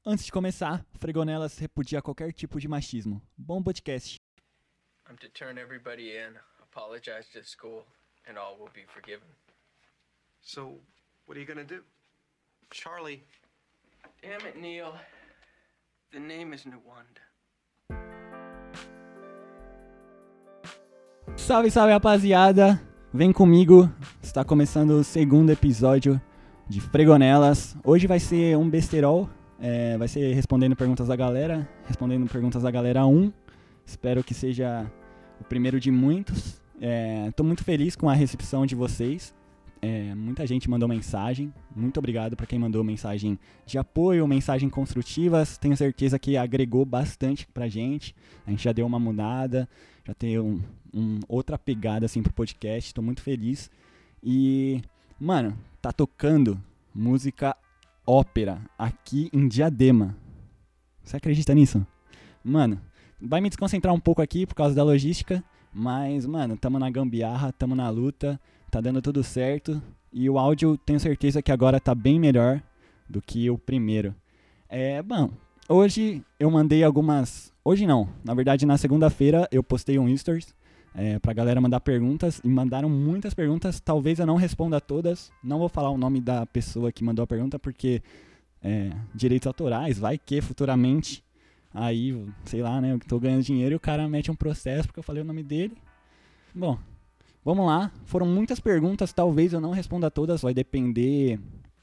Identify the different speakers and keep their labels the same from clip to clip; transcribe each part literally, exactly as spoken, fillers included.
Speaker 1: Antes de começar, Fregonelas repudia qualquer tipo de machismo. Bom podcast.
Speaker 2: I'm to turn everybody in, apologize to school, and all will be forgiven.
Speaker 3: So, what are you gonna do? Charlie.
Speaker 2: Damn it, Neil. The name is Nwanda.
Speaker 1: Salve, salve, rapaziada. Vem comigo. Está começando o segundo episódio de Fregonelas. Hoje vai ser um besterol. É, vai ser respondendo perguntas da galera. Respondendo perguntas da galera um. Espero que seja o primeiro de muitos. Estou muito feliz com a recepção de vocês. É, muita gente mandou mensagem. Muito obrigado para quem mandou mensagem de apoio, mensagem construtivas. Tenho certeza que agregou bastante pra gente. A gente já deu uma mudada, já tem um, um, outra pegada assim pro podcast. Tô muito feliz. E, mano, tá tocando música ópera aqui em Diadema. Você acredita nisso? Mano, vai me desconcentrar um pouco aqui por causa da logística. Mas, mano, tamo na gambiarra, tamo na luta. Tá dando tudo certo. E o áudio, tenho certeza que agora tá bem melhor do que o primeiro. É, bom, hoje eu mandei algumas... Hoje não, na verdade na segunda-feira eu postei um stories é, pra galera mandar perguntas. E mandaram muitas perguntas, talvez eu não responda todas. Não vou falar o nome da pessoa que mandou a pergunta, porque é, direitos autorais, vai que futuramente... Aí, sei lá, né, eu tô ganhando dinheiro e o cara mete um processo porque eu falei o nome dele. Bom... Vamos lá, foram muitas perguntas, talvez eu não responda todas, vai depender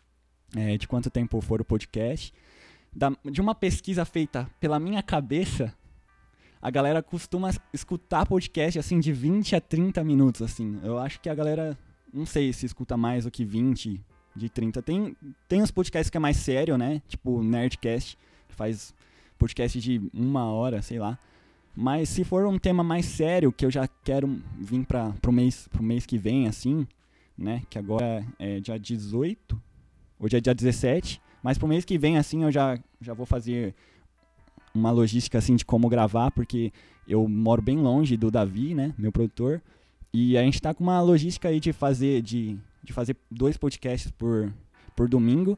Speaker 1: é, de quanto tempo for o podcast. Da, de uma pesquisa feita pela minha cabeça, a galera costuma escutar podcast assim de vinte a trinta minutos, assim. Eu acho que a galera, não sei se escuta mais do que vinte, de trinta. Tem, tem uns podcasts que é mais sério, né? Tipo Nerdcast, que faz podcast de uma hora, sei lá. Mas se for um tema mais sério, que eu já quero vir para pro mês, pro mês que vem, assim, né? Que agora é dia dezoito, hoje é dia dezessete. Mas pro mês que vem, assim, eu já, já vou fazer uma logística, assim, de como gravar, porque eu moro bem longe do Davi, né? Meu produtor. E a gente tá com uma logística aí de fazer, de, de fazer dois podcasts por, por domingo.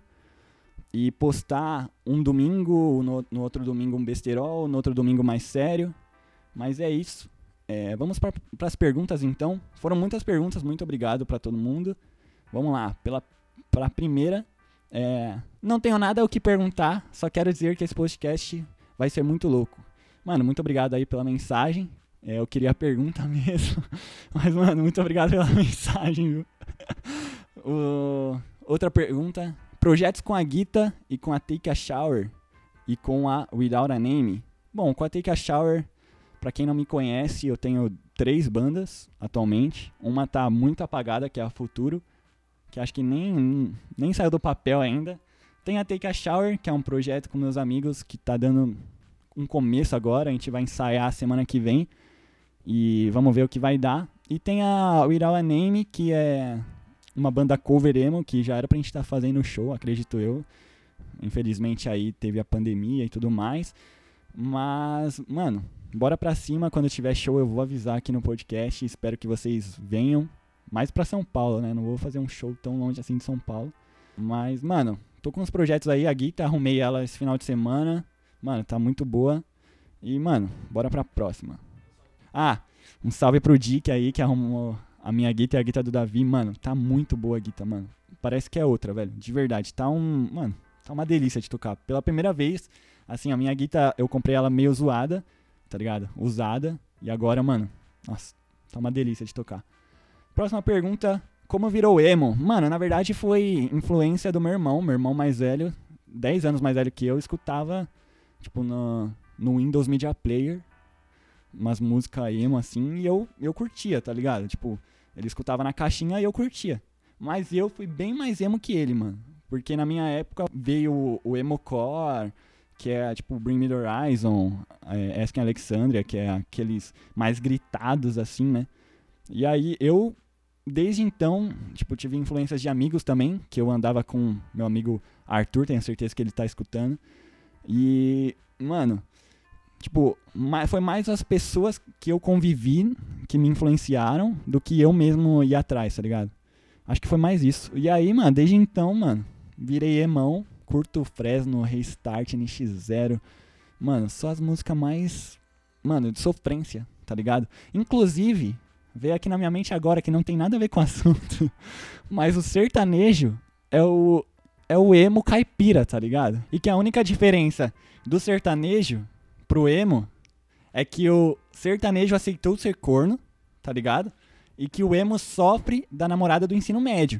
Speaker 1: E postar um domingo, no, no outro domingo um besterol, no outro domingo mais sério. Mas é isso. É, vamos para as perguntas, então. Foram muitas perguntas, muito obrigado para todo mundo. Vamos lá, pela pra primeira. É, não tenho nada o que perguntar, só quero dizer que esse podcast vai ser muito louco. Mano, muito obrigado aí pela mensagem. É, eu queria a pergunta mesmo. Mas, mano, muito obrigado pela mensagem, viu? o, outra pergunta. Projetos com a Guita e com a Take a Shower e com a Without a Name. Bom, com a Take a Shower... Pra quem não me conhece, eu tenho três bandas atualmente. Uma tá muito apagada, que é a Futuro, que acho que nem, nem saiu do papel ainda. Tem a Take a Shower, que é um projeto com meus amigos que tá dando um começo agora. A gente vai ensaiar semana que vem e vamos ver o que vai dar. E tem a Without a Name, que é uma banda cover emo, que já era pra gente estar tá fazendo show, acredito eu. Infelizmente aí teve a pandemia e tudo mais. Mas, mano... Bora pra cima, quando tiver show eu vou avisar aqui no podcast, espero que vocês venham, mais pra São Paulo, né, não vou fazer um show tão longe assim de São Paulo, mas, mano, tô com uns projetos aí, a Guita, arrumei ela esse final de semana, mano, tá muito boa, e, mano, bora pra próxima. Ah, um salve pro Dick aí, que arrumou a minha Guita e a Guita do Davi, mano, tá muito boa a Guita, mano, parece que é outra, velho, de verdade, tá um, mano, tá uma delícia de tocar, pela primeira vez, assim, a minha Guita, eu comprei ela meio zoada, tá ligado? Usada. E agora, mano, nossa, tá uma delícia de tocar. Próxima pergunta, como virou emo? Mano, na verdade foi influência do meu irmão, meu irmão mais velho, dez anos mais velho que eu, escutava, tipo, no, no Windows Media Player, umas músicas emo assim, e eu, eu curtia, tá ligado? Tipo, ele escutava na caixinha e eu curtia. Mas eu fui bem mais emo que ele, mano. Porque na minha época veio o, o emo-core, que é tipo Bring Me The Horizon, é, Asking Alexandria, que é aqueles mais gritados assim, né? E aí eu, desde então, tipo, tive influências de amigos também, que eu andava com meu amigo Arthur, tenho certeza que ele tá escutando. E, mano, tipo, foi mais as pessoas que eu convivi que me influenciaram do que eu mesmo ir atrás, tá ligado? Acho que foi mais isso. E aí, mano, desde então, mano, virei emão curto Fresno, Restart, N X Zero. Mano, só as músicas mais, mano, de sofrência, tá ligado? Inclusive, veio aqui na minha mente agora que não tem nada a ver com o assunto, mas o sertanejo é o, é o emo caipira, tá ligado? E que a única diferença do sertanejo pro emo é que o sertanejo aceitou ser corno, tá ligado? E que o emo sofre da namorada do ensino médio.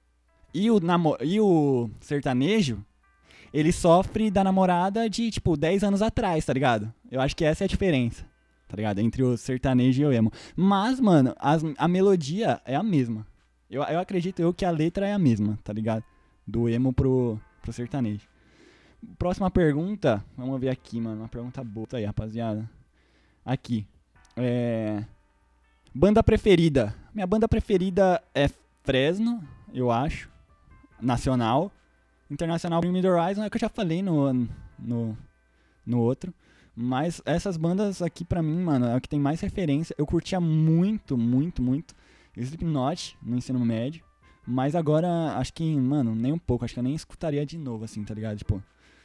Speaker 1: E o, namo- e o sertanejo, ele sofre da namorada de, tipo, dez anos atrás, tá ligado? Eu acho que essa é a diferença, tá ligado? Entre o sertanejo e o emo. Mas, mano, as, a melodia é a mesma. Eu, eu acredito eu que a letra é a mesma, tá ligado? Do emo pro, pro sertanejo. Próxima pergunta, vamos ver aqui, mano. Uma pergunta boa aí, rapaziada. Aqui. É... Banda preferida. Minha banda preferida é Fresno, eu acho. Nacional. Internacional, Bring Me The Horizon é o que eu já falei no, no, no outro. Mas essas bandas aqui pra mim, mano, é o que tem mais referência. Eu curtia muito, muito, muito Slipknot no ensino médio. Mas agora, acho que, mano, nem um pouco. Acho que eu nem escutaria de novo, assim, tá ligado? Tipo...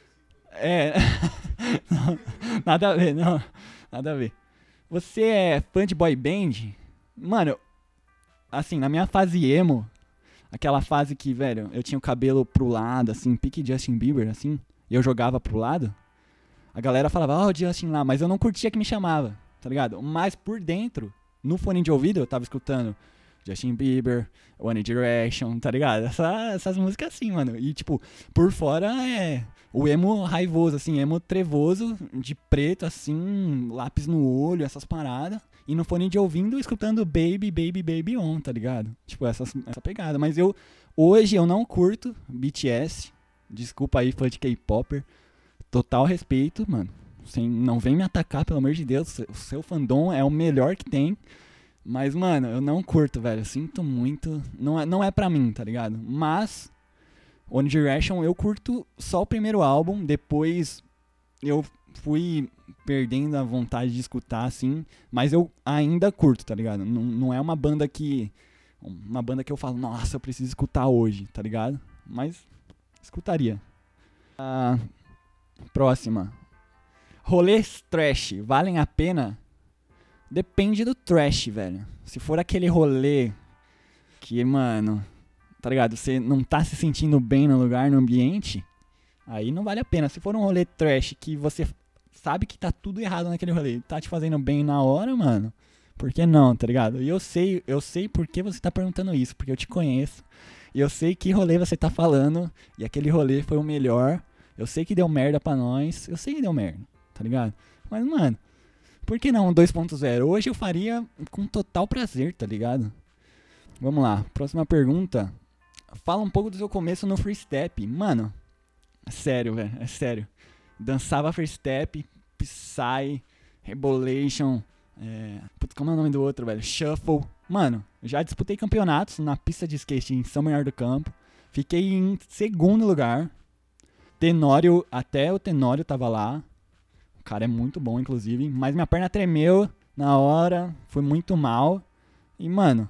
Speaker 1: É... não, nada a ver, não. Nada a ver. Você é fã de boy band? Mano, assim, na minha fase emo... Aquela fase que, velho, eu tinha o cabelo pro lado, assim, pique Justin Bieber, assim, e eu jogava pro lado. A galera falava, ó, oh, o Justin lá, mas eu não curtia que me chamava, tá ligado? Mas por dentro, no fone de ouvido, eu tava escutando Justin Bieber, One Direction, tá ligado? Essa, essas músicas assim, mano. E, tipo, por fora é o emo raivoso, assim, emo trevoso, de preto, assim, lápis no olho, essas paradas. E no fone de ouvindo, escutando Baby, Baby, Baby On, tá ligado? Tipo, essas, essa pegada. Mas eu, hoje, eu não curto B T S. Desculpa aí, fã de K-Popper. Total respeito, mano. Sem, não vem me atacar, pelo amor de Deus. O seu fandom é o melhor que tem. Mas, mano, eu não curto, velho. Eu sinto muito. Não é, não é pra mim, tá ligado? Mas, One Direction, eu curto só o primeiro álbum. Depois, eu fui perdendo a vontade de escutar, assim. Mas eu ainda curto, tá ligado? Não, não é uma banda que... Uma banda que eu falo, nossa, eu preciso escutar hoje, tá ligado? Mas, escutaria. Ah, próxima. Rolês trash, valem a pena? Depende do trash, velho. Se for aquele rolê que, mano, tá ligado? Você não tá se sentindo bem no lugar, no ambiente, aí não vale a pena. Se for um rolê trash que você sabe que tá tudo errado naquele rolê, tá te fazendo bem na hora, mano, por que não, tá ligado? E eu sei, eu sei por que você tá perguntando isso, porque eu te conheço. E eu sei que rolê você tá falando, e aquele rolê foi o melhor. Eu sei que deu merda pra nós, eu sei que deu merda, tá ligado? Mas, mano, por que não dois ponto zero? Hoje eu faria com total prazer, tá ligado? Vamos lá, próxima pergunta. Fala um pouco do seu começo no free step. Mano, é sério, velho, é sério. Dançava free step, Psy, Rebolation, é... Putz, como é o nome do outro, velho? Shuffle. Mano, já disputei campeonatos na pista de skate em São Bernardo do Campo. Fiquei em segundo lugar. Tenório, até o Tenório tava lá. O cara é muito bom, inclusive. Mas minha perna tremeu na hora. Foi muito mal. E, mano,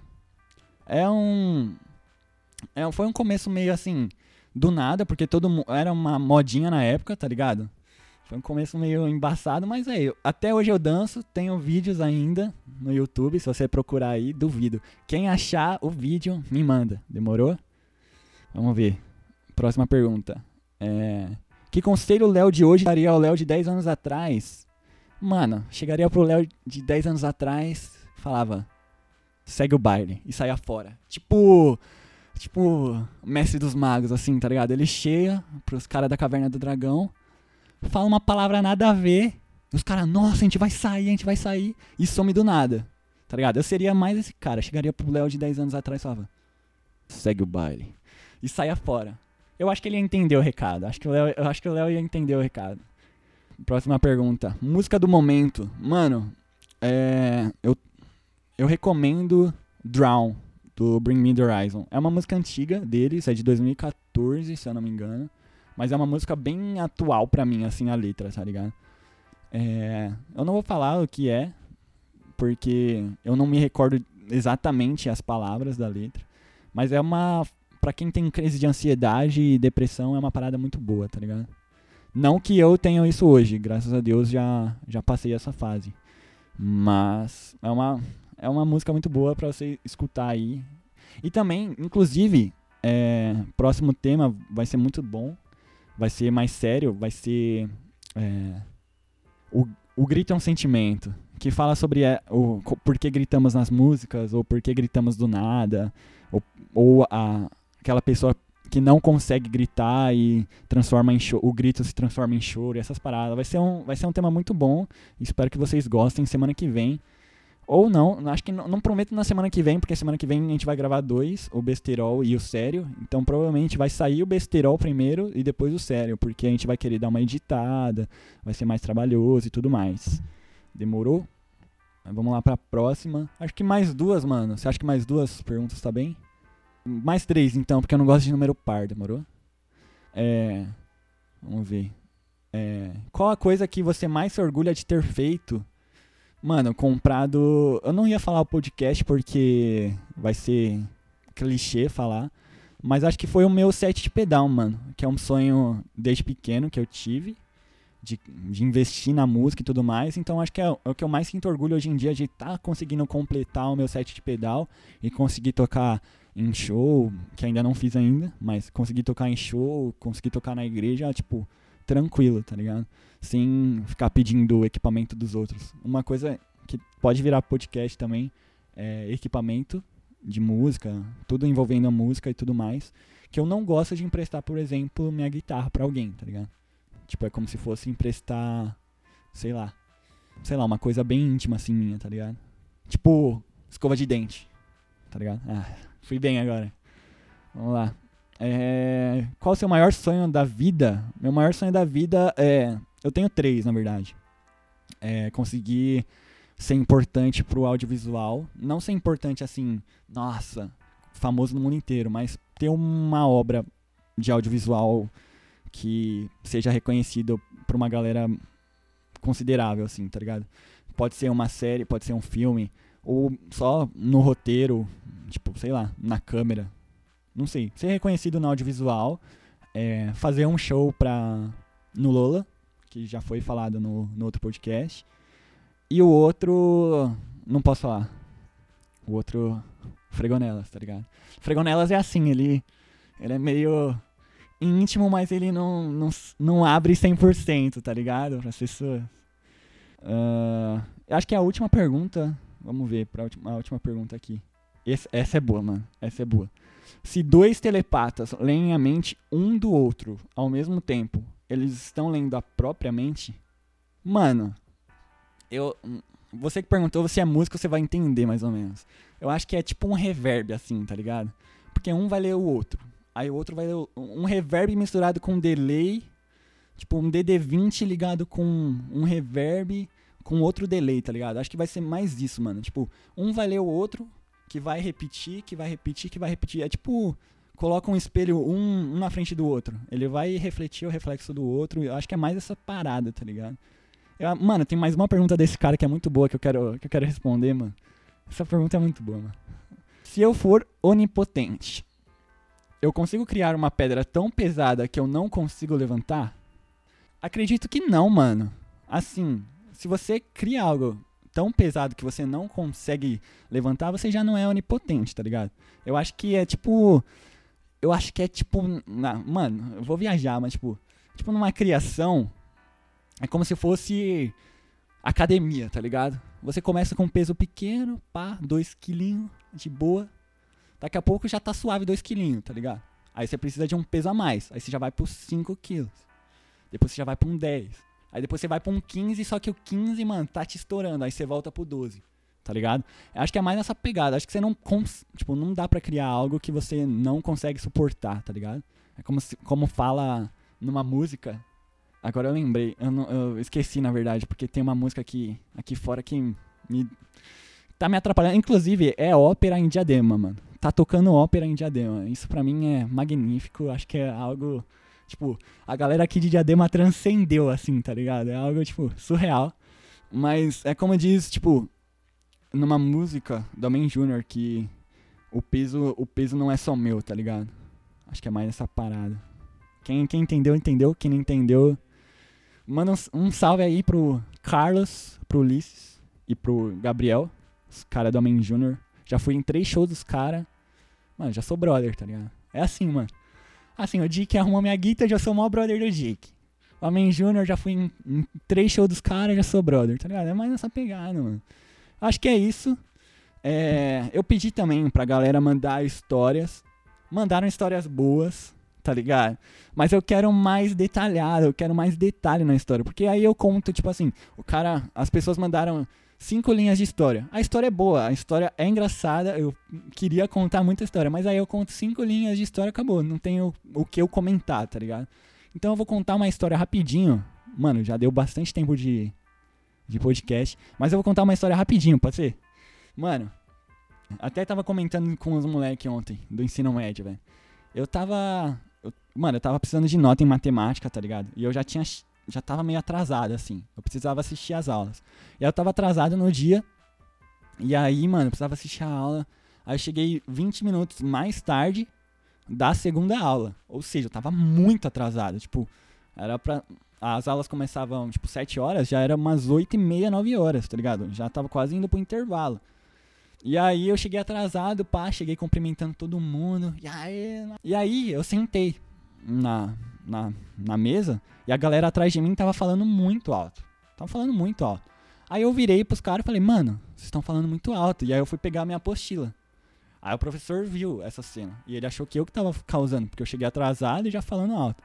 Speaker 1: é um... É, foi um começo meio assim, do nada, porque todo mundo... Era uma modinha na época, tá ligado? Foi um começo meio embaçado, mas aí, até hoje eu danço. Tenho vídeos ainda no YouTube, se você procurar aí, duvido. Quem achar o vídeo, me manda. Demorou? Vamos ver. Próxima pergunta. É... Que conselho o Léo de hoje daria ao Léo de dez anos atrás? Mano, chegaria pro Léo de dez anos atrás, falava, segue o baile e saia fora. Tipo, tipo, mestre dos magos, assim, tá ligado? Ele chega pros caras da Caverna do Dragão, fala uma palavra nada a ver, e os caras, nossa, a gente vai sair, a gente vai sair, e some do nada, tá ligado? Eu seria mais esse cara, chegaria pro Léo de dez anos atrás e falava, segue o baile e saia fora. Eu acho que ele ia entender o recado. Acho que o Léo, eu acho que o Léo ia entender o recado. Próxima pergunta. Música do momento. Mano, é, eu, eu recomendo Drown, do Bring Me The Horizon. É uma música antiga deles, é de dois mil e catorze, se eu não me engano. Mas é uma música bem atual pra mim, assim, a letra, tá ligado? É, eu não vou falar o que é, porque eu não me recordo exatamente as palavras da letra. Mas é uma pra quem tem crise de ansiedade e depressão, é uma parada muito boa, tá ligado? Não que eu tenha isso hoje, graças a Deus já, já passei essa fase. Mas é uma, é uma música muito boa pra você escutar aí. E também, inclusive, é, próximo tema vai ser muito bom. Vai ser mais sério, vai ser... É, o, o grito é um sentimento. Que fala sobre é, o por que gritamos nas músicas, ou por que gritamos do nada, ou, ou a, aquela pessoa que não consegue gritar e transforma em choro, o grito se transforma em choro, e essas paradas. Vai ser um, vai ser um tema muito bom, espero que vocês gostem semana que vem. Ou não, acho que não, não prometo na semana que vem, porque semana que vem a gente vai gravar dois, o besterol e o sério. Então provavelmente vai sair o besterol primeiro e depois o sério, porque a gente vai querer dar uma editada, vai ser mais trabalhoso e tudo mais. Demorou? Mas vamos lá pra próxima. Acho que mais duas, mano. Você acha que mais duas perguntas tá bem? Mais três, então, porque eu não gosto de número par, demorou? É... Vamos ver. É... Qual a coisa que você mais se orgulha de ter feito? Mano, comprado... Eu não ia falar o podcast porque vai ser clichê falar. Mas acho que foi o meu set de pedal, mano. Que é um sonho desde pequeno que eu tive. De, de investir na música e tudo mais. Então acho que é, é o que eu mais sinto orgulho hoje em dia, de estar tá conseguindo completar o meu set de pedal e conseguir tocar em show, que ainda não fiz ainda, mas conseguir tocar em show, conseguir tocar na igreja, tipo, tranquilo, tá ligado? Sem ficar pedindo equipamento dos outros. Uma coisa que pode virar podcast também é equipamento de música, tudo envolvendo a música e tudo mais, que eu não gosto de emprestar, por exemplo, minha guitarra pra alguém, tá ligado? Tipo, é como se fosse emprestar, sei lá, sei lá, uma coisa bem íntima assim minha, tá ligado? Tipo, escova de dente, tá ligado? Ah, fui bem agora. Vamos lá. É, qual o seu maior sonho da vida? Meu maior sonho da vida é... Eu tenho três, na verdade. É conseguir ser importante pro audiovisual. Não ser importante assim, nossa, famoso no mundo inteiro, mas ter uma obra de audiovisual que seja reconhecido por uma galera considerável, assim, tá ligado? Pode ser uma série, pode ser um filme, ou só no roteiro, tipo, sei lá, na câmera. Não sei. Ser reconhecido no audiovisual, é, fazer um show pra, no Lola, que já foi falado no, no outro podcast. E o outro, não posso falar. O outro, Fregonelas, tá ligado? Fregonelas é assim, ele, ele é meio... íntimo, mas ele não, não, não abre cem por cento, tá ligado? Para as pessoas. Uh, acho que é a última pergunta. Vamos ver, pra última, a última pergunta aqui. Esse, essa é boa, mano. Essa é boa. Se dois telepatas leem a mente um do outro ao mesmo tempo, eles estão lendo a própria mente? Mano, eu... Você que perguntou, você é músico, você vai entender mais ou menos. Eu acho que é tipo um reverb, assim, tá ligado? Porque um vai ler o outro. Aí o outro vai ler um reverb misturado com um delay. Tipo, um D D vinte ligado com um reverb com outro delay, tá ligado? Acho que vai ser mais isso, mano. Tipo, um vai ler o outro, que vai repetir, que vai repetir, que vai repetir. É tipo, coloca um espelho um, um na frente do outro. Ele vai refletir o reflexo do outro. Eu acho que é mais essa parada, tá ligado? Eu, mano, tem mais uma pergunta desse cara que é muito boa que eu quero, que eu quero responder, mano. Essa pergunta é muito boa, mano. Se eu for onipotente, eu consigo criar uma pedra tão pesada que eu não consigo levantar? Acredito que não, mano. Assim, se você cria algo tão pesado que você não consegue levantar, você já não é onipotente, tá ligado? Eu acho que é tipo... Eu acho que é tipo... Na, mano, eu vou viajar, mas tipo... Tipo numa criação... É como se fosse academia, tá ligado? Você começa com um peso pequeno, pá, dois quilinhos, de boa. Daqui a pouco já tá suave dois quilinhos, tá ligado? Aí você precisa de um peso a mais. Aí você já vai pros cinco quilos. Depois você já vai pra um dez. Aí depois você vai pra um quinze, só que o quinze, mano, tá te estourando. Aí você volta pro doze, tá ligado? Acho que é mais nessa pegada. Acho que você não... Cons- tipo, não dá pra criar algo que você não consegue suportar, tá ligado? É como, se, como fala numa música... Agora eu lembrei, eu, não, eu esqueci na verdade, porque tem uma música aqui, aqui fora que me, tá me atrapalhando. Inclusive, é ópera em Diadema, mano. Tá tocando ópera em Diadema. Isso pra mim é magnífico, acho que é algo, tipo, a galera aqui de Diadema transcendeu, assim, tá ligado? É algo, tipo, surreal. Mas é como diz, tipo, numa música do Amen Júnior que o peso, o peso não é só meu, tá ligado? Acho que é mais essa parada. Quem, quem entendeu, entendeu. Quem não entendeu, manda um, um salve aí pro Carlos, pro Ulisses e pro Gabriel, os caras do Homem Júnior. Já fui em três shows dos caras. Mano, já sou brother, tá ligado? É assim, mano. Assim, o Dick arrumou minha guita, eu já sou o maior brother do Dick. O Homem Júnior, já fui em, em três shows dos caras, já sou brother, tá ligado? É mais nessa pegada, mano. Acho que é isso. É, eu pedi também pra galera mandar histórias. Mandaram histórias boas, tá ligado? Mas eu quero mais detalhado, eu quero mais detalhe na história. Porque aí eu conto, tipo assim, o cara, as pessoas mandaram cinco linhas de história. A história é boa, a história é engraçada, eu queria contar muita história, mas aí eu conto cinco linhas de história, acabou, não tenho o que eu comentar, tá ligado? Então eu vou contar uma história rapidinho. Mano, já deu bastante tempo de, de podcast, mas eu vou contar uma história rapidinho, pode ser? Mano, até tava comentando com os moleques ontem, do ensino médio, velho. Eu tava... Eu, mano, eu tava precisando de nota em matemática, tá ligado? E eu já tinha... Já tava meio atrasado, assim. Eu precisava assistir as aulas. E aí eu tava atrasado no dia. E aí, mano, eu precisava assistir a aula. Aí eu cheguei vinte minutos mais tarde da segunda aula. Ou seja, eu tava muito atrasado. Tipo, era pra... As aulas começavam, tipo, sete horas. Já era umas oito e meia, nove horas, tá ligado? Já tava quase indo pro intervalo. E aí eu cheguei atrasado, pá, cheguei cumprimentando todo mundo. E aí, e aí eu sentei na, na, na mesa e a galera atrás de mim tava falando muito alto. Tava falando muito alto. Aí eu virei pros caras e falei, mano, vocês estão falando muito alto. E aí eu fui pegar a minha apostila. Aí o professor viu essa cena. E ele achou que eu que tava causando, porque eu cheguei atrasado e já falando alto.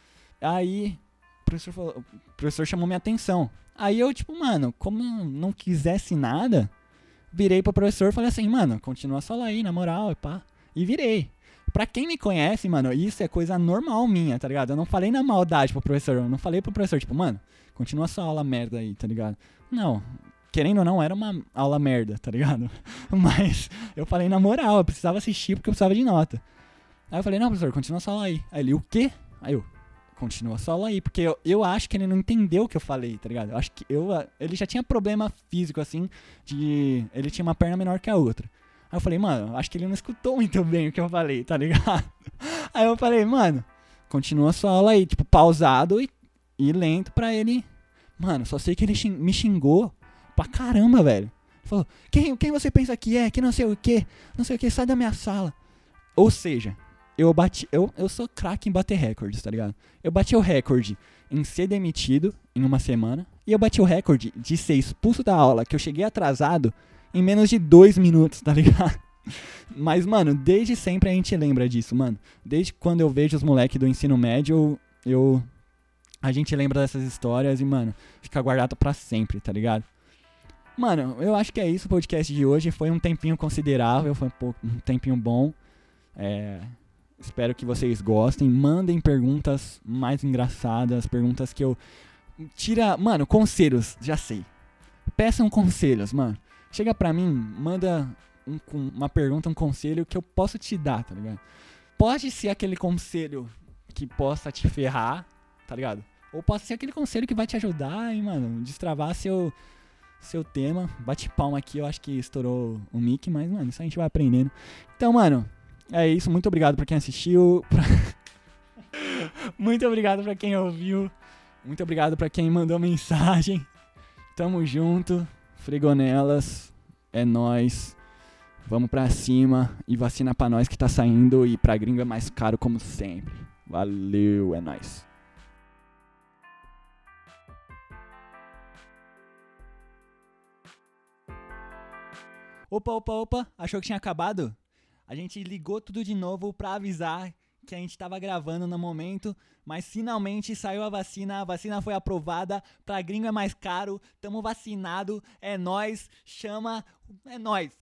Speaker 1: Aí o professor, falou, o professor chamou minha atenção. Aí eu, tipo, mano, como não quisesse nada... Virei pro professor e falei assim, mano, continua a sua aí, na moral, e pá. E virei. Pra quem me conhece, mano, isso é coisa normal minha, tá ligado? Eu não falei na maldade pro professor, eu não falei pro professor, tipo, mano, continua a sua aula merda aí, tá ligado? Não, querendo ou não, era uma aula merda, tá ligado? Mas eu falei na moral, eu precisava assistir porque eu precisava de nota. Aí eu falei, não, professor, continua a sua aula aí. Aí ele, o quê? Aí eu, continua a sua aula aí, porque eu, eu acho que ele não entendeu o que eu falei, tá ligado? Eu acho que eu, ele já tinha problema físico, assim, de... Ele tinha uma perna menor que a outra. Aí eu falei, mano, acho que ele não escutou muito bem o que eu falei, tá ligado? Aí eu falei, mano, continua a sua aula aí, tipo, pausado e, e lento pra ele... Mano, só sei que ele xing, me xingou pra caramba, velho. Ele falou, quem, quem você pensa que é? Que não sei o que, não sei o que, sai da minha sala. Ou seja... Eu bati, eu, eu sou craque em bater recordes, tá ligado? Eu bati o recorde em ser demitido em uma semana. E eu bati o recorde de ser expulso da aula, que eu cheguei atrasado, em menos de dois minutos, tá ligado? Mas, mano, desde sempre a gente lembra disso, mano. Desde quando eu vejo os moleques do ensino médio, eu... A gente lembra dessas histórias e, mano, fica guardado pra sempre, tá ligado? Mano, eu acho que é isso o podcast de hoje. Foi um tempinho considerável, foi um, pouco, um tempinho bom. É... Espero que vocês gostem. Mandem perguntas mais engraçadas. Perguntas que eu... Tira... Mano, conselhos. Já sei. Peçam conselhos, mano. Chega pra mim, manda um, uma pergunta, um conselho que eu posso te dar, tá ligado? Pode ser aquele conselho que possa te ferrar, tá ligado? Ou pode ser aquele conselho que vai te ajudar, hein, mano, destravar seu, seu tema. Bate palma aqui, eu acho que estourou o mic, mas, mano, isso a gente vai aprendendo. Então, mano... É isso, muito obrigado pra quem assistiu. Pra... muito obrigado pra quem ouviu. Muito obrigado pra quem mandou mensagem. Tamo junto. Fregonelas. É nóis. Vamos pra cima. E vacina pra nós que tá saindo. E pra gringo é mais caro como sempre. Valeu, é nóis. Opa, opa, opa. Achou que tinha acabado? A gente ligou tudo de novo pra avisar que a gente tava gravando no momento, mas finalmente saiu a vacina, a vacina foi aprovada, pra gringo é mais caro, tamo vacinado, é nóis, chama, é nóis.